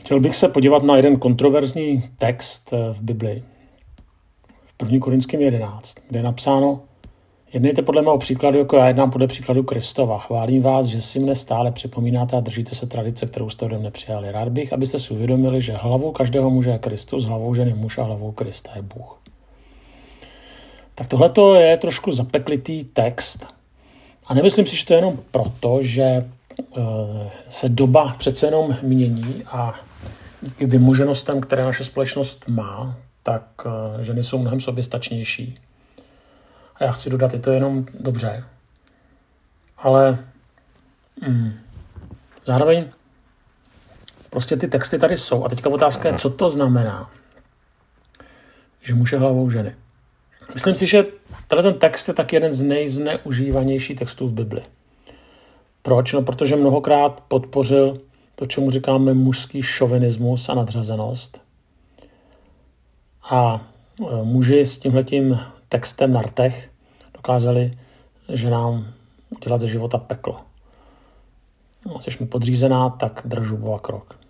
Chtěl bych se podívat na jeden kontroverzní text v Biblii. V 1. Korinským 11, kde je napsáno: jednejte podle mého příkladu, jako já jednám podle příkladu Kristova. Chválím vás, že si mne stále připomínáte a držíte se tradice, kterou jste ode mne přijali. Rád bych, abyste si uvědomili, že hlavou každého muže je Kristus, hlavou ženy muž a hlavou Krista je Bůh. Tak tohleto je trošku zapeklitý text. A nemyslím si, že to je jenom proto, že se doba přece jenom mění a díky vymoženostem, které naše společnost má, tak ženy jsou mnohem soběstačnější. A já chci dodat, je to jenom dobře. Ale zároveň prostě ty texty tady jsou. A teďka otázka je, co to znamená, že muž je hlavou ženy. Myslím si, že ten text je taky jeden z nejzneužívanějších textů v Bibli. Proč? No, protože mnohokrát podpořil to, čemu říkáme mužský šovinismus a nadřazenost. A muži s tímhletím textem na rtech dokázali, že nám udělat ze života peklo. No, jsi mi podřízená, tak drž žubu a krok.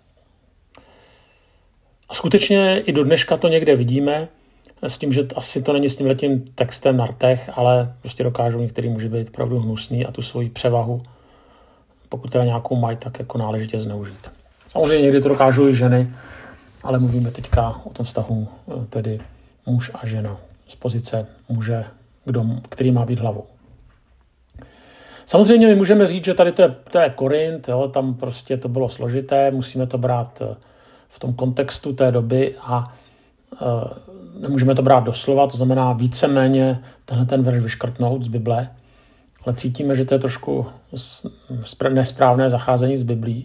A skutečně i do dneška to někde vidíme, s tím, že asi to není s tímhletím textem na rtech, ale prostě dokážou některý muži být opravdu hnusný a tu svoji převahu, pokud teda nějakou mají, tak jako náležitě zneužít. Samozřejmě někdy to dokážou i ženy, ale mluvíme teďka o tom vztahu tedy muž a žena z pozice muže, který má být hlavou. Samozřejmě my můžeme říct, že tady to je Korint, jo, tam prostě to bylo složité, musíme to brát v tom kontextu té doby a nemůžeme to brát doslova, to znamená víceméně tenhle ten verš vyškrtnout z Bible, ale cítíme, že to je trošku nesprávné zacházení s Biblí.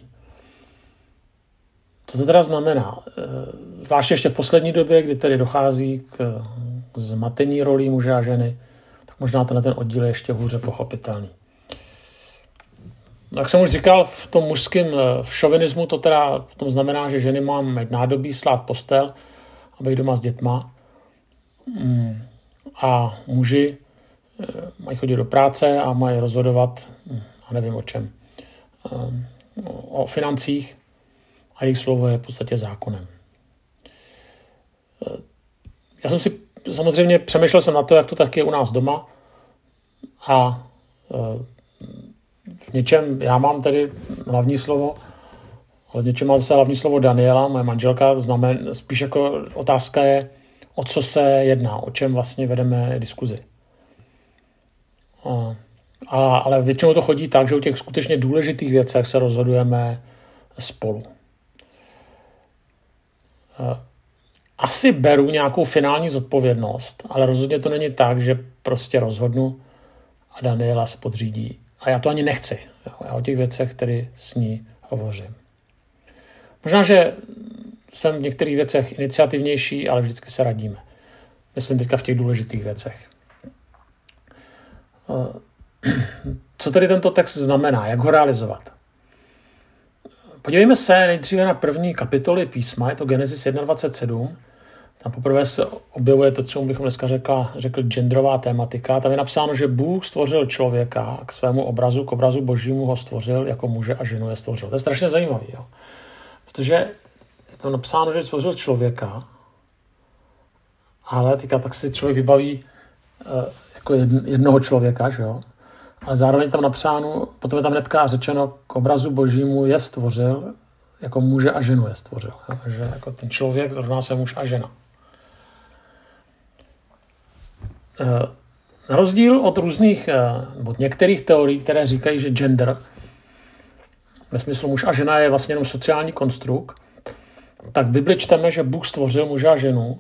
Co to teda znamená? Zvláště ještě v poslední době, kdy tedy dochází k zmatení rolí muže a ženy, tak možná ten oddíl je ještě hůře pochopitelný. Jak jsem už říkal, v tom mužském šovinismu to teda potom znamená, že ženy mám mít nádobí, slát postel a být doma s dětma. A muži mají chodit do práce a mají rozhodovat, a nevím o čem, o financích a jejich slovo je v podstatě zákonem. Já jsem si samozřejmě přemýšlel jsem na to, jak to taky je u nás doma a v něčem já mám tedy hlavní slovo, ale v něčem má zase hlavní slovo Daniela, moje manželka, spíš jako otázka je, o co se jedná, o čem vlastně vedeme diskuzi. Ale většinou to chodí tak, že u těch skutečně důležitých věcech se rozhodujeme spolu. Asi beru nějakou finální zodpovědnost, ale rozhodně to není tak, že prostě rozhodnu a Daniela se podřídí. A já to ani nechci. Já o těch věcech, které s ní hovořím. Možná, že jsem v některých věcech iniciativnější, ale vždycky se radíme. Myslím teďka v těch důležitých věcech. Co tedy tento text znamená? Jak ho realizovat? Podívejme se nejdříve na první kapitoly písma, je to Genesis 1.27. Tam poprvé se objevuje to, co bychom dneska řekl genderová tématika. Tam je napsáno, že Bůh stvořil člověka a k svému obrazu, k obrazu božímu ho stvořil, jako muže a ženu je stvořil. To je strašně zajímavé, jo? Protože je to napsáno, že stvořil člověka, ale teďka tak si člověk vybaví jako jednoho člověka, že jo? Ale zároveň tam napsáno, potom je tam hnedka řečeno, k obrazu božímu je stvořil, jako muže a ženu je stvořil. Že jako ten člověk zrovna se muž a žena. Na rozdíl od od některých teorií, které říkají, že gender, ve smyslu muž a žena je vlastně jenom sociální konstrukt, tak v Bibli čteme, že Bůh stvořil muže a ženu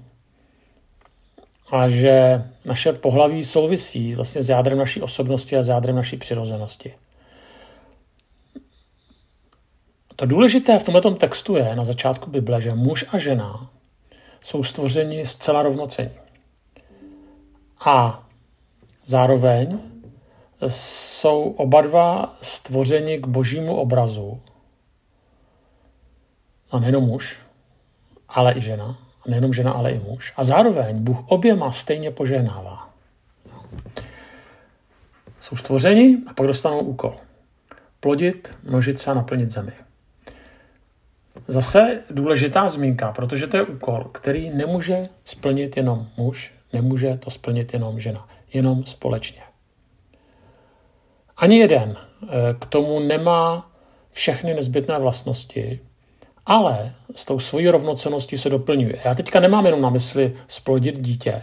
a že naše pohlaví souvisí vlastně s jádrem naší osobnosti a s jádrem naší přirozenosti. To důležité v tomto textu je na začátku Bible, že muž a žena jsou stvořeni zcela rovnocenní. A zároveň jsou oba dva stvořeni k božímu obrazu. A nejenom muž, ale i žena. A nejenom žena, ale i muž. A zároveň Bůh oběma stejně požehnává. Jsou stvořeni a pak dostanou úkol. Plodit, množit se a naplnit zemi. zase důležitá zmínka, protože to je úkol, který nemůže splnit jenom muž, nemůže to splnit jenom žena, jenom společně. Ani jeden k tomu nemá všechny nezbytné vlastnosti, ale s tou svojí rovnocenností se doplňuje. Já teďka nemám jenom na mysli splodit dítě,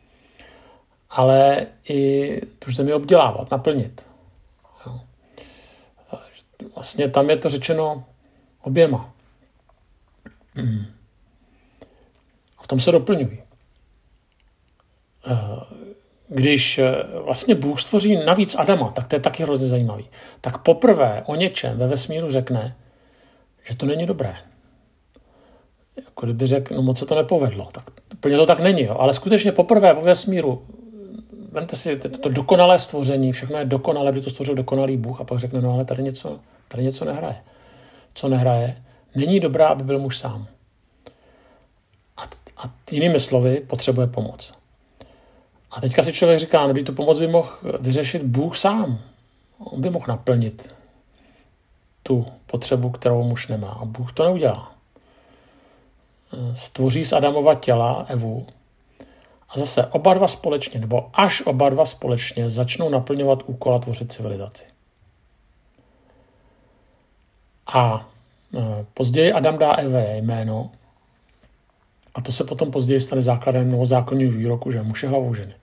ale i tu zemi obdělávat, naplnit. Jo. Vlastně tam je to řečeno oběma. A v tom se doplňují. Když vlastně Bůh stvoří navíc Adama, tak to je taky hrozně zajímavý. Tak poprvé o něčem ve vesmíru řekne, že to není dobré. Jako kdyby řekl, no moc se to nepovedlo. Tak úplně to tak není, jo. Ale skutečně poprvé ve vesmíru, vemte si to dokonalé stvoření, všechno je dokonalé, protože to stvořil dokonalý Bůh a pak řekne, no ale tady něco nehraje. Co nehraje? Není dobrá, aby byl muž sám. A jinými slovy potřebuje pomoc. A teďka si člověk říká, no tu pomoc by mohl vyřešit Bůh sám. On by mohl naplnit tu potřebu, kterou muž nemá. A Bůh to neudělá. Stvoří z Adamova těla Evu a zase oba dva společně, nebo až oba dva společně začnou naplňovat úkol a tvořit civilizaci. A později Adam dá Evě jméno a to se potom později stane základem novozákonního výroku, že muž je hlavou ženy.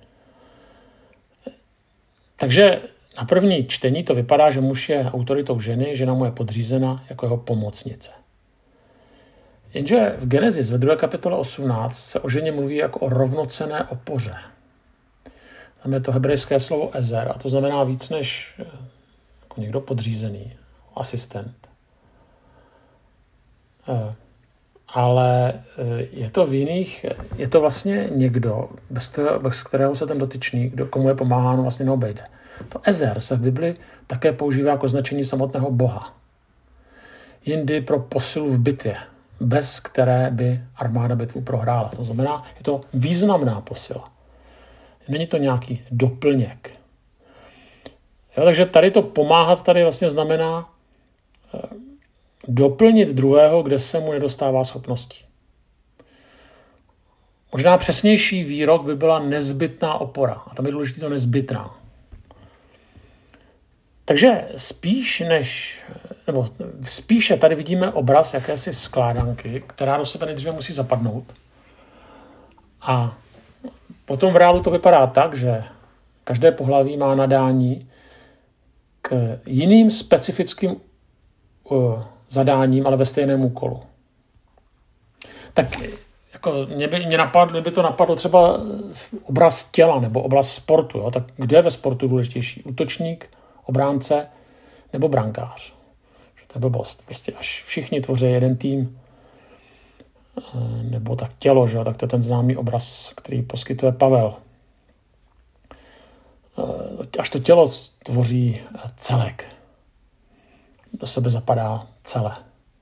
Takže na první čtení to vypadá, že muž je autoritou ženy, žena mu je podřízena jako jeho pomocnice. Jenže v Genesis ve 2. kapitole 18 se o ženě mluví jako o rovnocenné opoře. Tam je to hebrejské slovo ezer a to znamená víc než jako někdo podřízený, asistent. Ale je to v jiných, je to vlastně někdo, bez kterého se ten dotyčný, komu je pomáháno, vlastně neobejde. To ezer se v Bibli také používá jako značení samotného Boha. Jindy pro posilu v bitvě, bez které by armáda bitvu prohrála. To znamená, je to významná posila. Není to nějaký doplněk. Jo, takže tady to pomáhat tady vlastně znamená doplnit druhého, kde se mu nedostává schopností. Možná přesnější výrok by byla nezbytná opora. A tam je důležité to nezbytná. Takže spíše tady vidíme obraz jakési skládanky, která do sebe nejdříve musí zapadnout. A potom v reálu to vypadá tak, že každé pohlaví má nadání k jiným specifickým zadáním, ale ve stejném úkolu. Tak jako mě by to napadlo třeba obraz těla nebo oblast sportu. Jo? Tak kde je ve sportu důležitější? Útočník, obránce nebo brankář? To je blbost. Prostě až všichni tvoří jeden tým, nebo tak tělo, že? Tak to je ten známý obraz, který poskytuje Pavel. Až to tělo tvoří celek. Do sebe zapadá celé.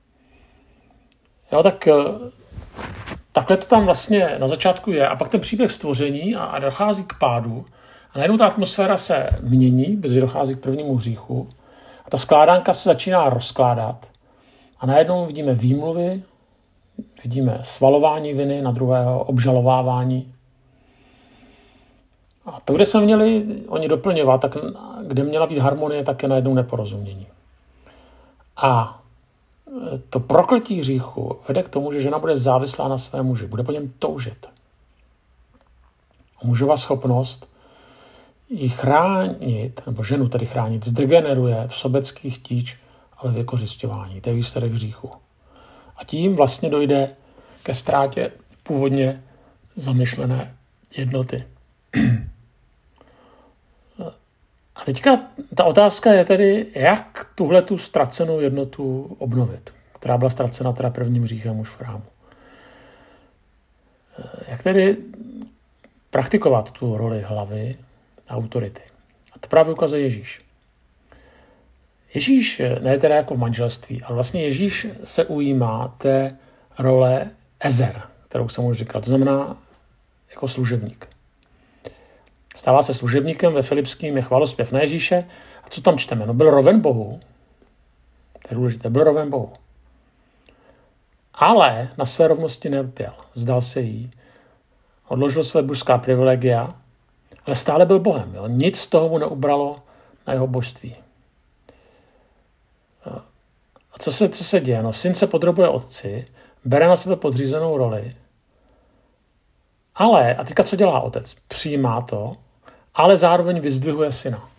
Jo, tak takhle to tam vlastně na začátku je. A pak ten příběh stvoření a dochází k pádu. A najednou ta atmosféra se mění, protože dochází k prvnímu hříchu. A ta skládánka se začíná rozkládat. A najednou vidíme výmluvy, vidíme svalování viny na druhého, obžalovávání. A to, kde se měli oni doplňovat, tak kde měla být harmonie, tak je najednou neporozumění. A to prokletí hříchu vede k tomu, že žena bude závislá na svém muži, bude po něm toužit. A mužova schopnost ji chránit, nebo ženu tedy chránit, zdegeneruje v sobecký chtíč a ve vykořisťování. To je výsledek hříchu. A tím vlastně dojde ke ztrátě původně zamýšlené jednoty. A teďka ta otázka je tedy, jak tuhletu ztracenou jednotu obnovit, která byla ztracena teda prvním hříchem už v chrámu. Jak tedy praktikovat tu roli hlavy a autority. A to právě ukazuje Ježíš. Ježíš ne teda jako v manželství, ale vlastně Ježíš se ujímá té role ezer, kterou jsem už říkal. To znamená jako služebník. Stává se služebníkem, ve Filipským je chvalospěv na Ježíše. A co tam čteme? No byl roven Bohu. To je důležité, byl roven Bohu. Ale na své rovnosti nelpěl. Vzdal se jí. Odložil své božská privilegia, ale stále byl Bohem. Jo? Nic z toho mu neubralo na jeho božství. A co se děje? No, syn se podrobuje otci, bere na sebe podřízenou roli, ale, a teďka co dělá otec? Přijímá to, ale zároveň vyzdvihuje syna.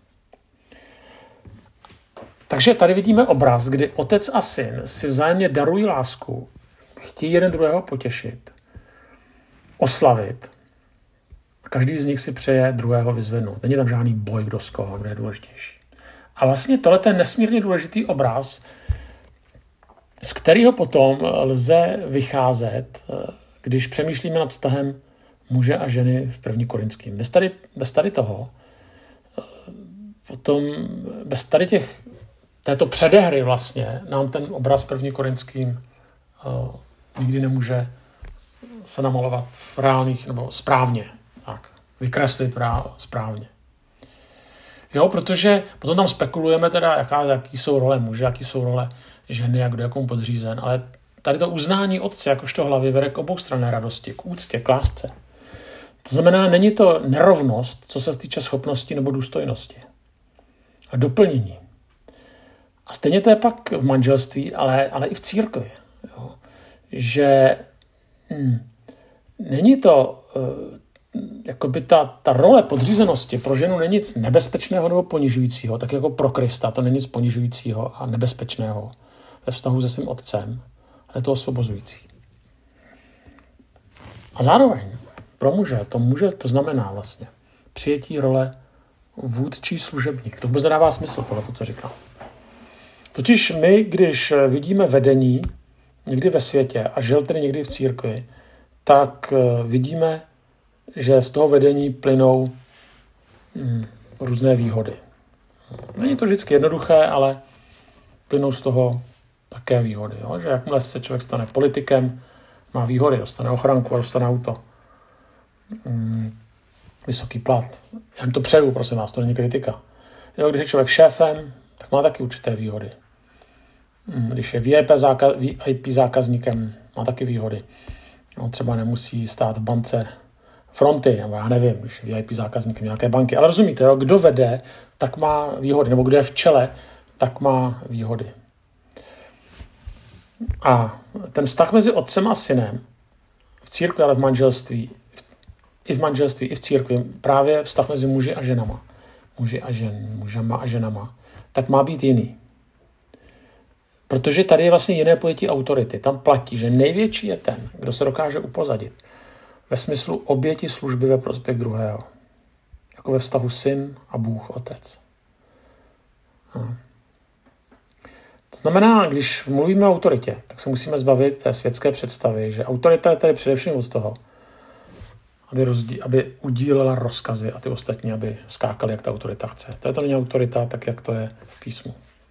Takže tady vidíme obraz, kdy otec a syn si vzájemně darují lásku, chtějí jeden druhého potěšit, oslavit. A každý z nich si přeje druhého vyzvednout. Není tam žádný boj, kdo z koho, kdo je důležitější. A vlastně tohle je nesmírně důležitý obraz, z kterého potom lze vycházet, když přemýšlíme nad vztahem muže a ženy v 1. Korinským. Bez tady toho, potom bez tady této předehry vlastně, nám ten obraz 1. Korinským nikdy nemůže se namalovat v reálných, nebo správně, tak, vykreslit správně. Jo, protože potom tam spekulujeme teda, jaký jsou role muže, jaký jsou role ženy, jak kdo jakou podřízen, ale tady to uznání otce jakožto hlavy vede k oboustranné radosti, k úctě, k lásce. To znamená, není to nerovnost, co se týče schopnosti nebo důstojnosti. A doplnění. A stejně to je pak v manželství, ale i v církvi. Jo. Že není to, jakoby ta role podřízenosti pro ženu není nic nebezpečného nebo ponižujícího, tak jako pro Krista to není nic ponižujícího a nebezpečného ve vztahu se svým otcem, ale je to osvobozující. A zároveň pro muže to znamená vlastně přijetí role vůdčí služebník. To vůbec nedává smysl, tohle, co říkám. Totiž my, když vidíme vedení někdy ve světě a žil tedy někdy v církvi, tak vidíme, že z toho vedení plynou různé výhody. Není to vždycky jednoduché, ale plynou z toho také výhody. Jo? Že jakmile se člověk stane politikem, má výhody, dostane ochranku a dostane auto. Vysoký plat. Já jim to přeju, prosím vás, to není kritika. Jo, když je člověk šéfem, tak má taky určité výhody. Když je VIP zákazníkem, má taky výhody. No, třeba nemusí stát v bance fronty, nebo já nevím, když je VIP zákazníkem nějaké banky. Ale rozumíte, jo? Kdo vede, tak má výhody. Nebo kdo je v čele, tak má výhody. A ten vztah mezi otcem a synem v církvi, ale v manželství, i v církvi, právě vztah mezi muži a ženama, mužama a ženama, tak má být jiný. Protože tady je vlastně jiné pojetí autority. Tam platí, že největší je ten, kdo se dokáže upozadit ve smyslu oběti služby ve prospěch druhého. Jako ve vztahu syn a Bůh, otec. To znamená, když mluvíme o autoritě, tak se musíme zbavit té světské představy, že autorita je tady především od toho, aby udílela rozkazy a ty ostatní, aby skákali, jak ta autorita chce. To není autorita, tak jak to je v písmu.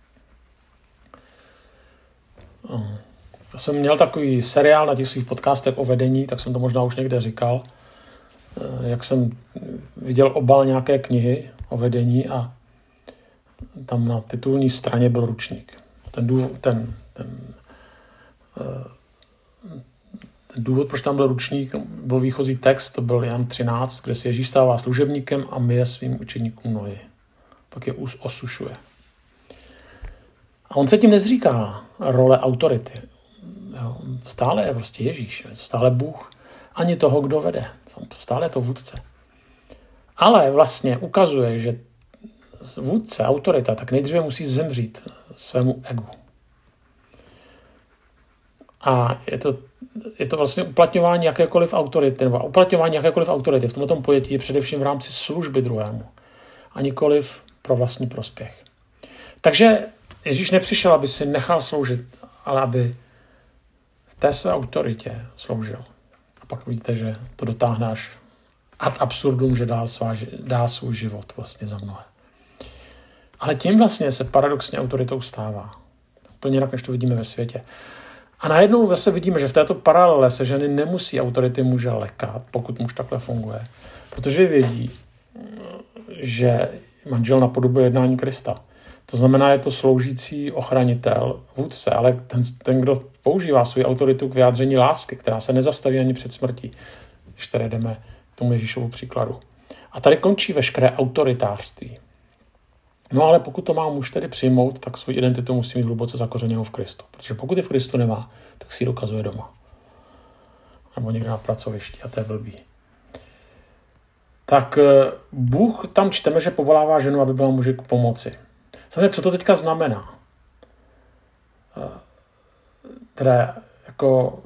Já jsem měl takový seriál na těch svých podcastech o vedení, tak jsem to možná už někde říkal, jak jsem viděl obal nějaké knihy o vedení a tam na titulní straně byl ručník. Ten důvod, proč tam byl ručník, byl výchozí text, to byl Jan 13, kde se Ježíš stává služebníkem a myje svým učeníkům nohy. Pak je osušuje. A on se tím nezříká role autority. Stále je prostě Ježíš, je to stále Bůh. Ani toho, kdo vede. Stále je to vůdce. Ale vlastně ukazuje, že vůdce, autorita, tak nejdříve musí zemřít svému egu. A je to vlastně uplatňování jakékoliv autority, nebo uplatňování jakékoliv autority v tomto pojetí je především v rámci služby druhému. A nikoliv pro vlastní prospěch. Takže Ježíš nepřišel, aby si nechal sloužit, ale aby v té své autoritě sloužil. A pak vidíte, že to dotáhne až ad absurdum, že dá svůj život vlastně za mnohé. Ale tím vlastně se paradoxně autoritou stává. Úplně jinak, než to vidíme ve světě. A najednou zase vidíme, že v této paralele se ženy nemusí autority muže lekat, pokud muž takhle funguje. Protože vědí, že manžel napodobuje jednání Krista. To znamená, je to sloužící ochranitel, vůdce, ale ten, kdo používá svou autoritu k vyjádření lásky, která se nezastaví ani před smrtí, když tady jdeme k tomu Ježíšovu příkladu. A tady končí veškeré autoritářství. No ale pokud to má muž tedy přijmout, tak svou identitu musí mít hluboce zakořeněnou v Kristu. Protože pokud je v Kristu nemá, tak si ji dokazuje doma. Nebo někde na pracovišti a to je blbý. Tak Bůh tam čteme, že povolává ženu, aby byla muži k pomoci. Samozřejmě, co to teďka znamená? Teda jako,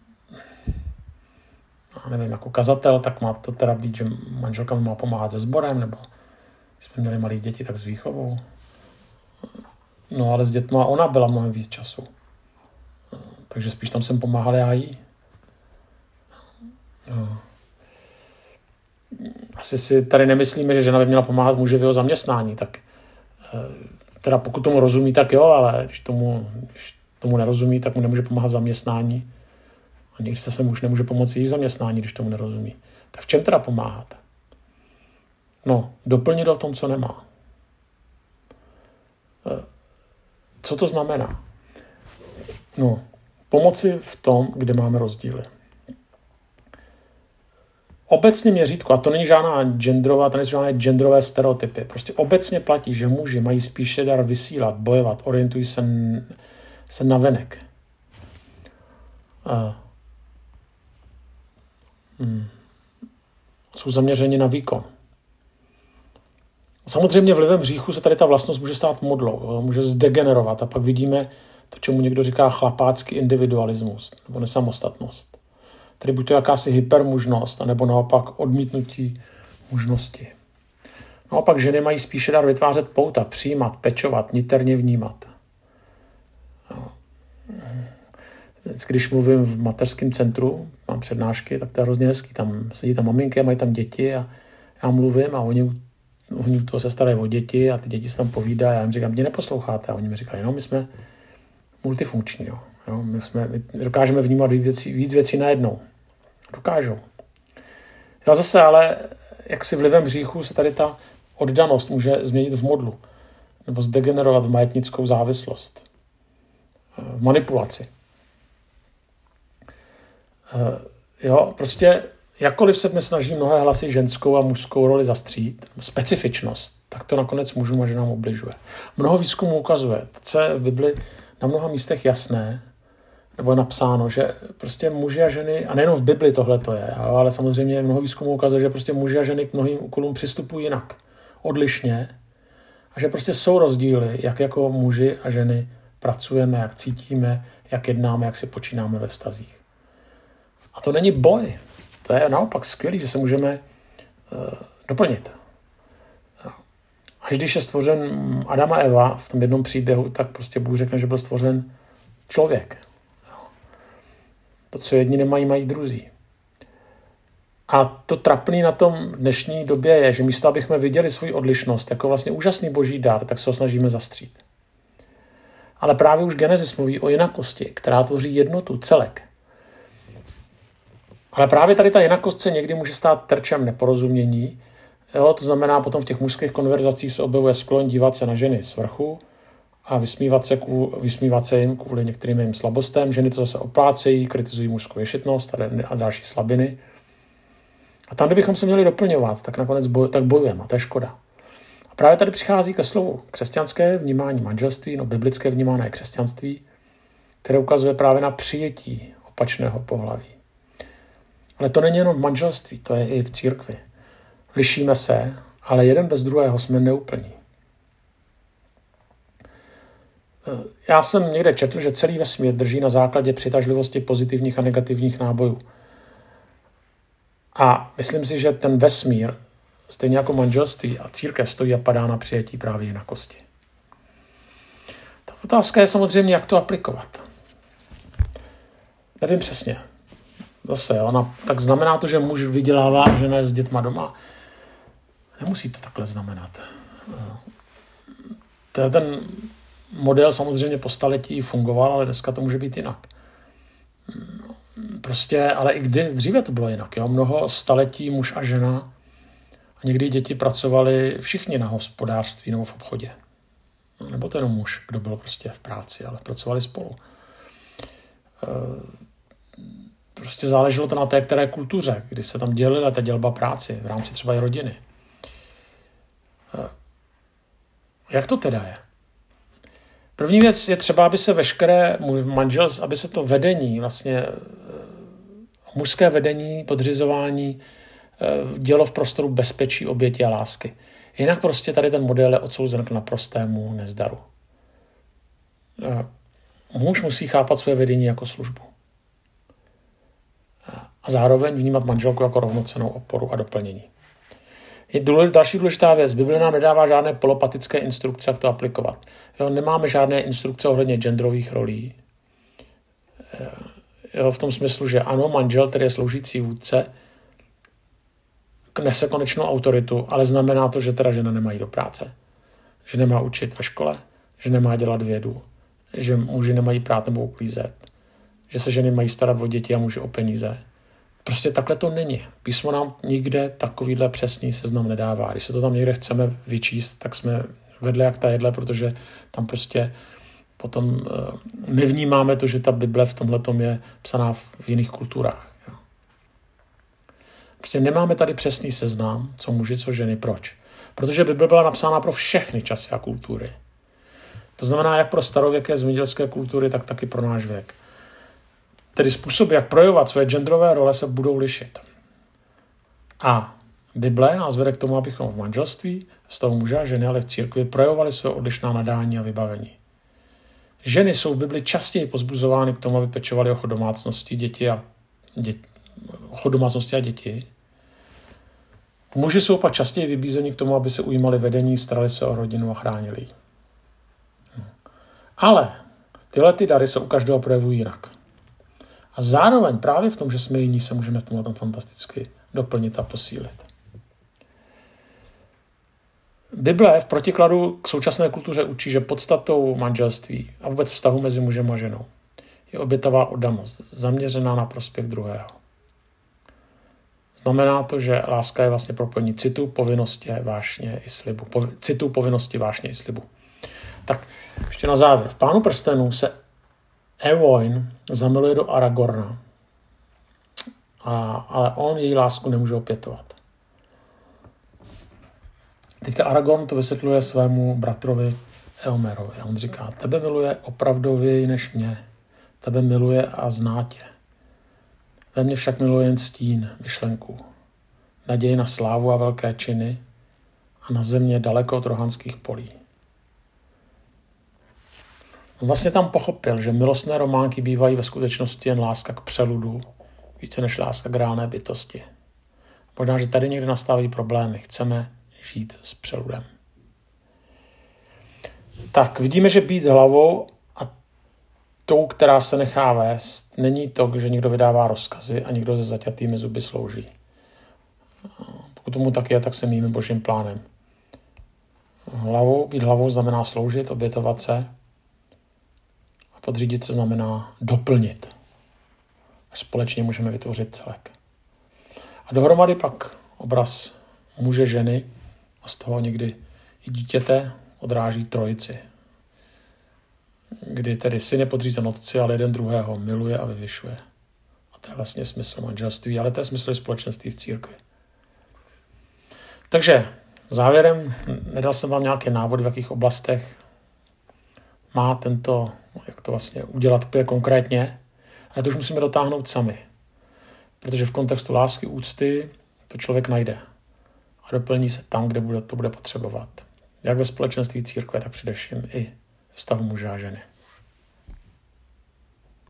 nevím, jako kazatel, tak má to teda být, že manželka má pomáhat se sborem, nebo když jsme měli malé děti, tak s výchovou. No ale s dětma ona byla mnohem víc času. Takže spíš tam jsem pomáhal já jí. No. Asi si tady nemyslíme, že žena by měla pomáhat muži v jeho zaměstnání, tak teda pokud tomu rozumí, tak jo, ale když tomu nerozumí, tak mu nemůže pomáhat v zaměstnání. A někdy se muž nemůže pomoci i v zaměstnání, když tomu nerozumí. Tak v čem teda pomáhat? No, doplnit v tom, co nemá. Co to znamená? No, pomoci v tom, kde máme rozdíly. Obecně měřítko, a to není žádná žádné genderové stereotypy, prostě obecně platí, že muži mají spíše dar vysílat, bojovat, orientují se na venek. Jsou zaměřeni na výkon. Samozřejmě vlivem hříchu se tady ta vlastnost může stát modlou, může zdegenerovat a pak vidíme to, čemu někdo říká chlapácký individualismus nebo nesamostatnost. Tedy buď to jakási hypermužnost, anebo naopak odmítnutí mužnosti. Naopak ženy mají spíše dar vytvářet pouta, přijímat, pečovat, niterně vnímat. Když mluvím v mateřském centru, mám přednášky, tak to je hrozně hezký. Tam sedí tam maminky, mají tam děti a já mluvím a oni to se starají o děti a ty děti se tam povídají a já jim říkám, mě neposloucháte a oni mi říkají, no my jsme multifunkční, jo. My dokážeme vnímat víc věcí najednou. Dokážou. Jo, zase ale jaksi vlivem hříchu se tady ta oddanost může změnit v modlu nebo zdegenerovat v majetnickou závislost, v manipulaci. Jo, prostě jakkoliv se dnes snaží mnohé hlasy ženskou a mužskou roli zastřít, specifičnost, tak to nakonec mužům a ženám ubližuje. Mnoho výzkumů ukazuje, co je v Bibli na mnoha místech jasné, nebo je napsáno, že prostě muži a ženy, a nejenom v Bibli tohle to je, ale samozřejmě mnoho výzkumů ukazuje, že prostě muži a ženy k mnohým úkolům přistupují jinak, odlišně, a že prostě jsou rozdíly, jak jako muži a ženy pracujeme, jak cítíme, jak jednáme, jak si počínáme ve vztazích. A to není boj. To je naopak skvělý, že se můžeme doplnit. Až když je stvořen Adam a Eva v tom jednom příběhu, tak prostě Bůh řekne, že byl stvořen člověk. To, co jedni nemají, mají druzí. A to trapný na tom dnešní době je, že místo, abychom viděli svou odlišnost jako vlastně úžasný boží dar, tak se ho snažíme zastřít. Ale právě už Genesis mluví o jinakosti, která tvoří jednotu, celek. Ale právě tady ta jinakost se někdy může stát terčem neporozumění. Jo, to znamená, potom v těch mužských konverzacích se objevuje sklon dívat se na ženy z vrchu a vysmívat se jim kvůli některým jejím slabostem. Ženy to zase oplácejí, kritizují mužskou ješitnost a další slabiny. A tam, kde bychom se měli doplňovat, tak nakonec bojujeme a to je škoda. A právě tady přichází ke slovu křesťanské vnímání manželství, biblické vnímání křesťanství, které ukazuje právě na přijetí opačného pohlaví. Ale to není jenom v manželství, to je i v církvi. Lišíme se, ale jeden bez druhého jsme neúplní. Já jsem někde četl, že celý vesmír drží na základě přitažlivosti pozitivních a negativních nábojů. A myslím si, že ten vesmír, stejně jako manželství a církev, stojí a padá na přijetí právě jinakosti. Ta otázka je samozřejmě, jak to aplikovat. Nevím přesně. Zase, tak znamená to, že muž vydělává a žena je s dětma doma. Nemusí to takhle znamenat. Ten model samozřejmě po staletí fungoval, ale dneska to může být jinak. Prostě, ale i dříve to bylo jinak. Jo? Mnoho staletí muž a žena a někdy děti pracovali všichni na hospodářství nebo v obchodě. Nebo to jenom muž, kdo byl prostě v práci, ale pracovali spolu. Prostě záleželo to na té které kultuře, kdy se tam dělila ta dělba práci v rámci třeba i rodiny. Jak to teda je? První věc je třeba, aby se veškeré aby se to vedení, vlastně mužské vedení, podřizování dělo v prostoru bezpečí, oběti a lásky. Jinak prostě tady ten model je odsouzen k naprostému nezdaru. Muž musí chápat své vedení jako službu. A zároveň vnímat manželku jako rovnocennou oporu a doplnění. Je další důležitá věc. Bible nám nedává žádné polopatické instrukce, jak to aplikovat. Nemáme žádné instrukce ohledně genderových rolí. V tom smyslu, že ano, manžel, který je sloužící vůdce, nese konečnou autoritu, ale znamená to, že teda žena nemá jít do práce. Že nemá učit ve škole, že nemá dělat vědu, že muži nemají prát nebo uklízet, že se ženy mají starat o děti a muži o peníze. Prostě takhle to není. Písmo nám nikde takovýhle přesný seznam nedává. Když se to tam někde chceme vyčíst, tak jsme vedle jak ta jedle, protože tam prostě potom nevnímáme to, že ta Bible v tomhletom je psaná v jiných kulturách. Prostě nemáme tady přesný seznam, co muži, co ženy. Proč? Protože Bible byla napsána pro všechny časy a kultury. To znamená jak pro starověké zemědělské kultury, tak taky pro náš věk. Tedy způsoby, jak projevovat své genderové role, se budou lišit. A Bible nás vede k tomu, abychom v manželství, vztahu muže a ženy, ale v církvi projevovali své odlišná nadání a vybavení. Ženy jsou v Bibli častěji pozbuzovány k tomu, aby pečovaly o chod domácnosti a děti. Muži jsou pak častěji vybízeni k tomu, aby se ujímali vedení, starali se o rodinu a chránili. Ale tyhle ty dary se u každého projevují jinak. A zároveň právě v tom, že jsme jiní, se můžeme v tomhle tam fantasticky doplnit a posílit. Bible v protikladu k současné kultuře učí, že podstatou manželství a vůbec vztahu mezi mužem a ženou je obětavá oddanost, zaměřená na prospěch druhého. Znamená to, že láska je vlastně propojení citu, povinnosti, vášně i slibu. Citu, povinnosti, vášně i slibu. Tak ještě na závěr. V Pánu prstenů se Eowyn zamiluje do Aragorna, ale on její lásku nemůže opětovat. Teďka Aragorn to vysvětluje svému bratrovi Eomerovi. A on říká, tebe miluje opravdověji než mě. Tebe miluje a zná tě. Ve mně však miluje jen stín, myšlenku. Naději na slávu a velké činy a na země daleko od rohanských polí. On vlastně tam pochopil, že milostné románky bývají ve skutečnosti jen láska k přeludu, více než láska k reálné bytosti. Možná, že tady někde nastávají problémy. Chceme žít s přeludem. Tak, vidíme, že být hlavou a tou, která se nechá vést, není to, že někdo vydává rozkazy a někdo se zaťatými zuby slouží. Pokud tomu tak je, tak se mýlíme Božím plánem. Být hlavou znamená sloužit, obětovat se a podřídit se znamená doplnit. A společně můžeme vytvořit celek. A dohromady pak obraz muže, ženy a z toho někdy i dítěte odráží trojici. Kdy tedy syn je podřízen otci, ale jeden druhého miluje a vyvyšuje. A to je vlastně smysl manželství, ale to je smysl společenství v církvi. Takže závěrem nedal jsem vám nějaké návody, v jakých oblastech má tento, jak to vlastně udělat konkrétně, ale to už musíme dotáhnout sami. Protože v kontextu lásky, úcty to člověk najde a doplní se tam, kde to bude potřebovat. Jak ve společenství církve, tak především i vztahu muže a ženy.